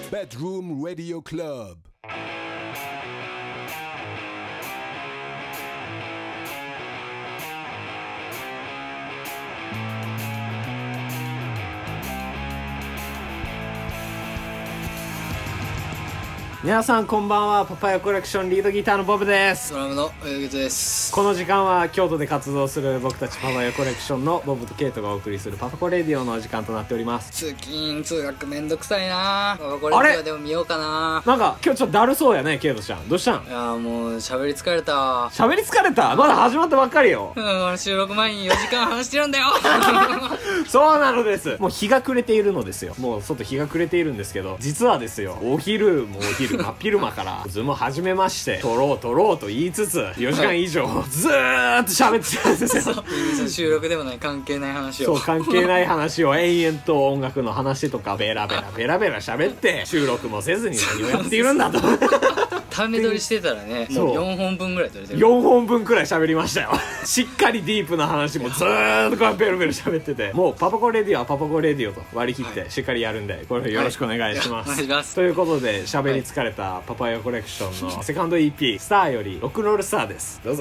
Bedroom Radio Club。 皆さんこんばんは。パパヤコレクションリードギターのボブです。 ドラムのゲトです。 この時間は京都で活動する僕たちパパヤコレクションのボブとケイトがお送りするパパコレディオの時間となっております。 通勤通学めんどくさいな。パパコレディオでも見ようかな。 なんか今日ちょっとだるそうやね、ケイトちゃん。どうしたん？ いやもう喋り疲れた。 喋り疲れた？まだ始まったばっかりよ。 収録前に4時間話してるんだよ。 そうなのです。もう日が暮れているのですよ。もう外日が暮れているんですけど、実はですよ、お昼真っ昼間からズーム始めまして、撮ろうと言いつつ4時間以上ずーっと喋ってたんですよ。 収録でもない関係ない話を。 そう、関係ない話を延々と音楽の話とかベラベラ喋って収録もせずに何をやっているんだと。 ため撮りしてたらね、もう4本分ぐらい撮れてる。 4本分くらい喋りましたよ。しっかりディープな話もずーっとこうベロベロ喋ってて、もうパパコレディオはパパコレディオと割り切ってしっかりやるんで、これよろしくお願いします。 お願いします。 ということで、喋り疲れたパパヤコレクションのセカンド EP スターよりロックンロールスターです。どうぞ。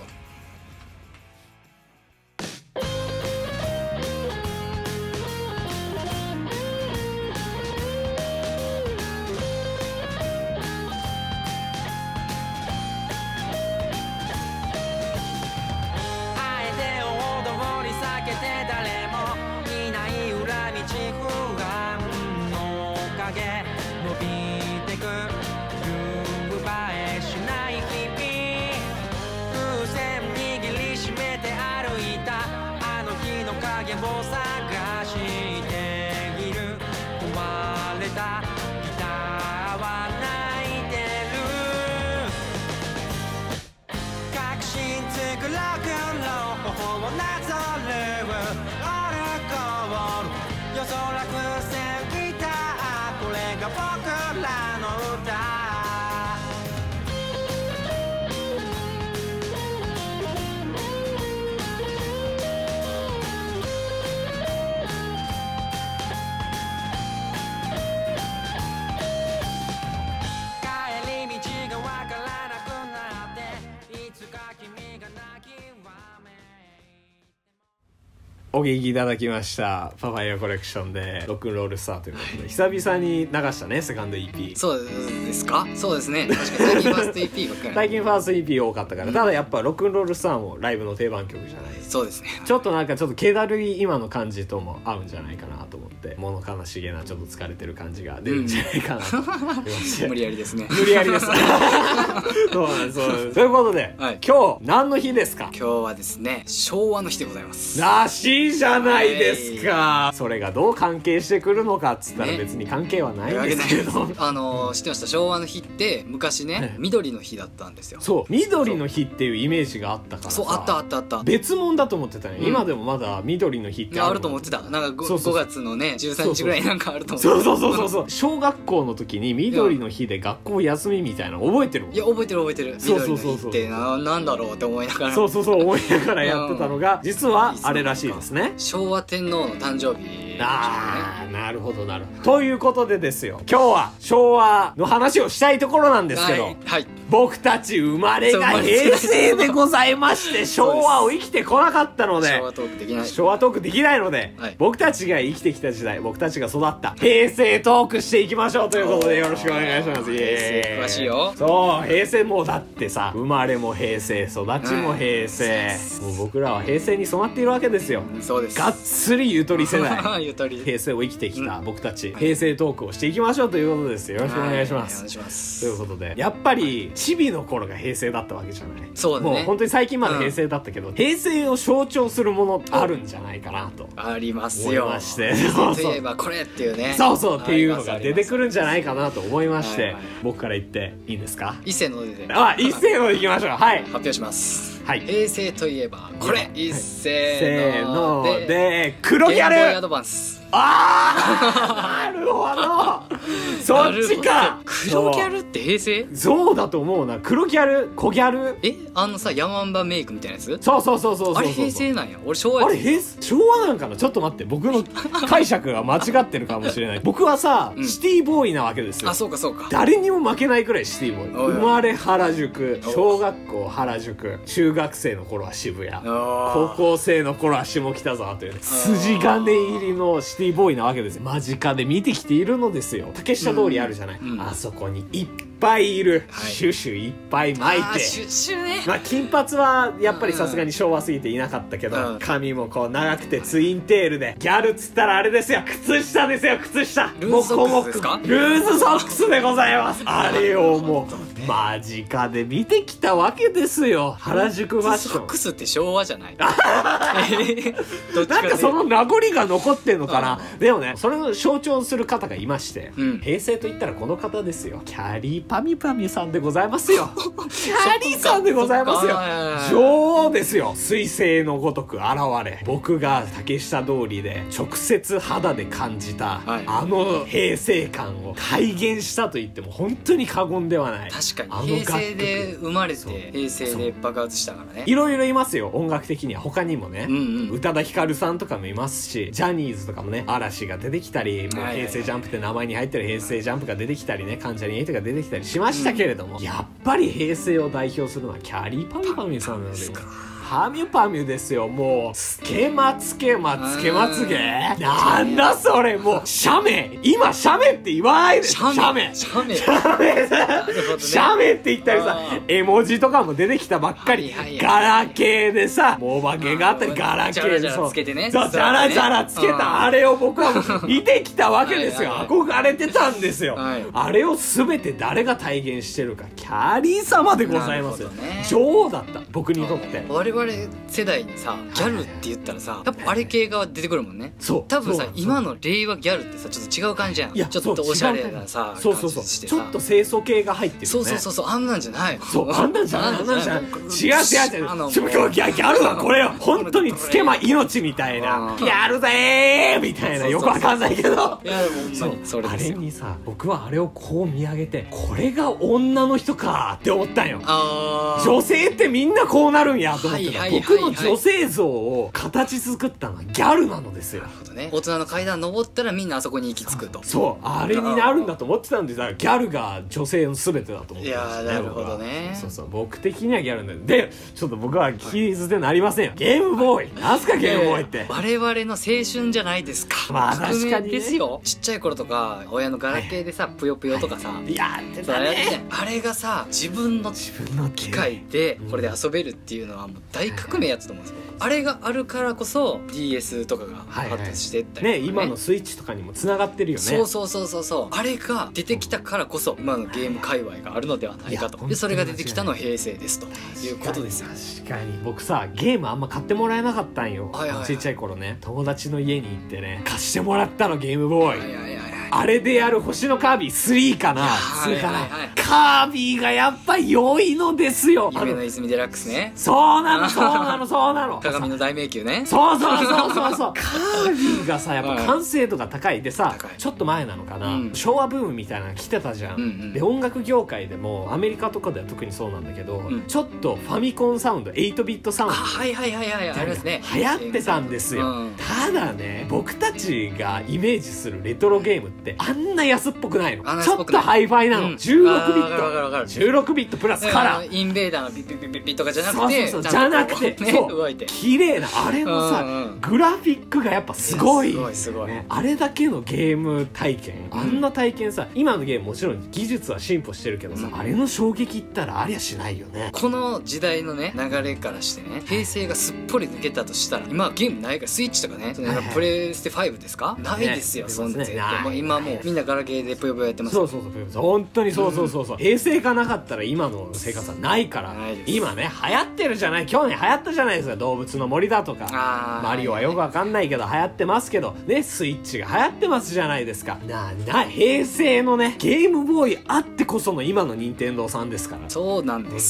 お聞きいただきましたパパイヤコレクションでロックンロールスターということで、久々に流したね、セカンド EP。 そうですか。そうですね。確かに最近ファースト EP ばっかり。 最近ファースト EP 多かったから、ただやっぱロックンロールスターもライブの定番曲じゃない。 そうですね。 ちょっと気だるい今の感じとも合うんじゃないかなと思って、物悲しげなちょっと疲れてる感じが出るんじゃないかなと思いまして、 無理やりですね。 無理やりです。そうなんです。ということで、 はい、 今日何の日ですか？ 今日はですね、昭和の日でございます。 らしいじゃないですか。それがどう関係してくるのかっつったら別に関係はないんですけど、 知ってました？昭和の日って昔ね、緑の日だったんですよ。 そう、緑の日っていうイメージがあったからさ。 そう、あった別物だと思ってたね、今でもまだ緑の日ってあると思ってた。なんか 5月のね13日ぐらいなんかあると思ってた。そう小学校の時に緑の日で学校休みみたいなの覚えてるもん。 いや覚えてる。緑の日ってなんだろうって思いながら、 思いながらやってたのが実はあれらしいですね。 昭和天皇の誕生日。 なるほど。ということでですよ、今日は昭和の話をしたいところなんですけど、 はい、 僕たち生まれが平成でございまして、昭和を生きてこなかったので、 昭和トークできないので、 はい、僕たちが生きてきた時代、僕たちが育った平成トークしていきましょうということで、よろしくお願いします。 平成詳しいよ。 そう、平成もうだってさ、生まれも平成、育ちも平成、もう僕らは平成に染まっているわけですよ。 そうです。 がっつりゆとり世代。 ゆとり。 平成を生きてきた僕たち、平成トークをしていきましょうということです。よろしくお願いします。 お願いします。 ということで、やっぱりチビの頃が平成だったわけじゃない。 そうだね。 もう本当に最近まで平成だったけど、平成を象徴するものあるんじゃないかなとありますよ。 思いまして、 といえばこれっていうね。 そうっていうのが出てくるんじゃないかなと思いまして、僕から言っていいんですか？ 一斉ので一斉のでいきましょう。はい、 発表します。 はい、 平成といえばこれ、一斉ので黒ギャル。 ゲームボーイアドバンス。 あーなるほどそっちか。 黒ギャルって平成？ そうだと思うな。黒ギャル、小ギャル。 さヤマンバメイクみたいなやつ？ そうそうそうそうそう。 あれ平成なんや。俺昭和や。 あれ昭和なんかな。ちょっと待って、僕の解釈が間違ってるかもしれない。僕はさ、シティボーイなわけですよ。 あ、そうかそうか。 誰にも負けないくらいシティボーイ。 おいおい生まれ原宿、小学校原宿、中学生の頃は渋谷、高校生の頃は下北沢というね、筋金入りのシティボーイなわけですよ。間近で見てきているのですよ。竹下通りあるじゃない、あそこにいっぱいいる、シュシュいっぱい巻いて、 シュッシュね。 まあ金髪はやっぱりさすがに昭和すぎていなかったけど、髪もこう長くてツインテールで、ギャルっつったらあれですよ、靴下ですよ、靴下。 ルーズソックスですか？ ルーズソックスでございます。あれをもう間近で見てきたわけですよ。原宿ファッション。 ソックスって昭和じゃない？どっちなんかその名残が残ってんのかな。でもね、それを象徴する方がいまして、平成といったらこの方ですよ。キャリーパミュパミュさんでございますよ。キャリーさんでございますよ。女王ですよ。彗星のごとく現れ、僕が竹下通りで直接肌で感じた、あの平成感を体現したと言っても本当に過言ではない。 確かに平成で生まれて平成で爆発したからね。 いろいろいますよ、音楽的には。他にもね、宇多田ヒカルさんとかもいますし、ジャニーズとかもね、嵐が出てきたり、もう平成ジャンプって名前に入ってる平成ジャンプが出てきたりね、関ジャニ∞が出てきたりしましたけれども、やっぱり平成を代表するのはキャリーパミュパミュさんなので、パミュパミュですよ。もうつけまつげなんだそれ。もう写メ、今写メって言わないで。写メって言ったりさ、絵文字とかも出てきたばっかり。ガラケーでさ、もうお化けがあったり、ガラケーでジャラジャラつけてね。 そう、ジャラジャラつけたあれを僕はもう見てきたわけですよ。憧れてたんですよ。あれを全て誰が体現してるか、キャリー様でございますよ。女王だった、僕にとって。 我々世代にさ、ギャルって言ったらさ、やっぱあれ系が出てくるもんね。 そう。 多分さ、今の令和ギャルってさ、ちょっと違う感じやん。ちょっとおしゃれなさ、 そうちょっと清楚系が入ってるよね。 そう、あんなんじゃない。 そう、あんなんじゃない。違う。ギャルはこれよ。本当につけま命みたいな。ギャルぜーみたいな、よくわかんないけど。 いやでもほんまにそれですよ。 あれにさ、僕はあれをこう見上げて、これが女の人かって思ったんよ。女性ってみんなこうなるんやと思ってた。僕の女性像を形作ったのはギャルなのですよ。 なるほどね。大人の階段登ったらみんなあそこに行き着くと。 そう、あれになるんだと思ってたんです。だからギャルが女性の全てだと思っていましたね。 やなるほどね。 そう、僕的にはギャルなんで。で、ちょっと僕は聞き捨てなりませんよ。ゲームボーイ。なんすかゲームボーイって。 我々の青春じゃないですか。 まあ確かにね。 ですよ。ちっちゃい頃とか、親のガラケーでさ、ぷよぷよとかさ。 やってたね。 あれがさ、自分の機械でこれで遊べるっていうのはもう大革命やったと思うんですよ。あれがあるからこそ DS とかが発達していったりね、今のスイッチとかにも繋がってるよね。 そうあれが出てきたからこそ今のゲーム界隈があるのではないかと。でそれが出てきたの平成ですということですよ。 確かに僕さ、ゲームあんま買ってもらえなかったんよ。ちっちゃい頃ね、友達の家に行ってね、貸してもらったの、ゲームボーイ。あれでやる星のカービィ3かな、カービィがやっぱ良いのですよ。 夢の泉デラックスね。 そうなの鏡の大迷宮ね。 そうカービィがさ、やっぱ完成度が高いでさ、ちょっと前なのかな、昭和ブームみたいなの来てたじゃん。で音楽業界でもアメリカとかでは特にそうなんだけど、ちょっとファミコンサウンド、8ビットサウンド、 ありますね、 流行ってたんですよ。ただね、僕たちがイメージするレトロゲームってあんな安っぽくないの。ちょっとハイファイなの。16ビットプラスカラー、 インベーダーのピッピッピッピッピッとかじゃなくて、 じゃなくて、そう綺麗なあれのさ、グラフィックがやっぱすごい。あれだけのゲーム体験、あんな体験さ、今のゲームもちろん技術は進歩してるけどさ、あれの衝撃ったらありゃしないよね。 この時代のね流れからしてね、平成がすっぽり抜けたとしたら、今ゲームないから、スイッチとかね、プレイステ5ですか、ないですよ。そんな絶対もう今今もうみんなガラケーでぷよぷよやってます。 そう本当にそう、平成がなかったら今の生活はないから。 ないです。 今ね流行ってるじゃない、去年流行ったじゃないですか、動物の森だとか。マリオはよくわかんないけど流行ってますけどね、スイッチが流行ってますじゃないですか。平成のねゲームボーイあってこその今の任天堂さんですから。 そうなんです。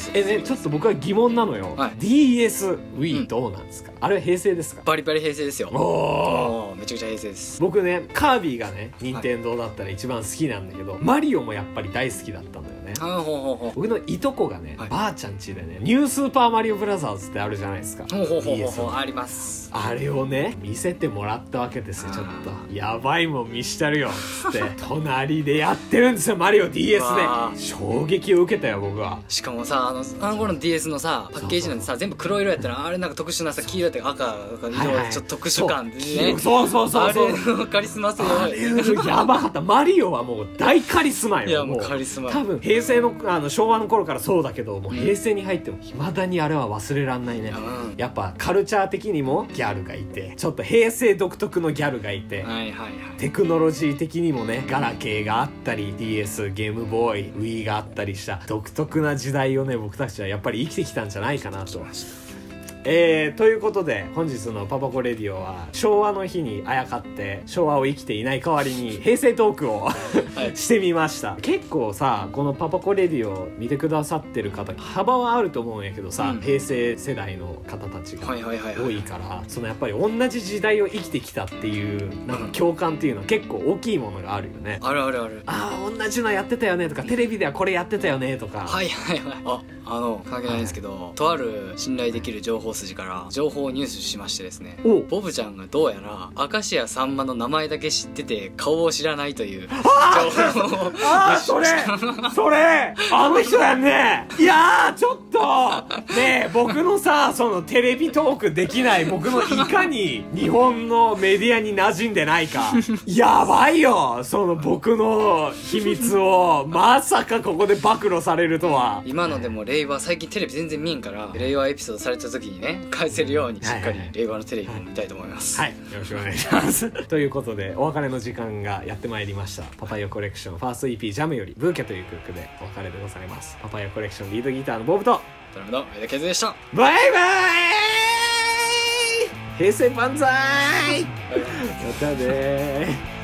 本当に。ちょっと僕は疑問なのよ、 はい、 DS Wii どうなんですか、あれは平成ですか？ バリバリ平成ですよ。おー、めちゃくちゃ平成です。 僕ねカービィがね任天堂だったら一番好きなんだけど、マリオもやっぱり大好きだったんだよね。僕のいとこがね、ばあちゃん家でねニュースーパーマリオブラザーズってあるじゃないですか。 あります。 あれをね見せてもらったわけですよ。ちょっとやばいもん見したるよっつって隣でやってるんですよ、マリオ DS で。衝撃を受けたよ僕は。 しかもさ、あの頃の DS のさパッケージなんてさ全部黒色やったら、あれなんか特殊なさ黄色やったり赤とか色ちょっと特殊感でね。 そうあれのカリスマ性あれやばかった。マリオはもう大カリスマよ。 いやもうカリスマ。 多分平成の昭和の頃からそうだけど、もう平成に入っても未だにあれは忘れらんないね。やっぱカルチャー的にもギャルがいて、ちょっと平成独特のギャルがいて、テクノロジー的にもねガラケーがあったり DS ゲームボーイ Wii があったりした独特な時代をね僕たちはやっぱり生きてきたんじゃないかなと。ということで本日のパパコレディオは昭和の日にあやかって昭和を生きていない代わりに平成トークをしてみました。結構さこのパパコレディオ見てくださってる方幅はあると思うんやけどさ、平成世代の方たちが多いから、そのやっぱり同じ時代を生きてきたっていうなんか共感っていうのは結構大きいものがあるよね。 ある。 同じのやってたよねとか、テレビではこれやってたよねとか。関係ないんですけど、とある信頼できる情報筋から情報を入手しましてですね、ボブちゃんがどうやら明石家さんまの名前だけ知ってて顔を知らないという情報をそれあの人やんね。いやちょっとねえ僕のさそのテレビトークできない僕のいかに日本のメディアに馴染んでないかやばいよ。その僕の秘密をまさかここで暴露されるとは。 今のでも令和、最近テレビ全然見んから令和エピソードされた時にね返せるようにしっかり令和のテレビも見たいと思います。 はい、よろしくお願いしますということでお別れの時間がやってまいりました。パパイヤコレクションファースト EP ジャムよりブーケという曲でお別れでございます。パパイヤコレクションリードギターのボブとドラムの上田健三でした。 バイバイ平成万歳またね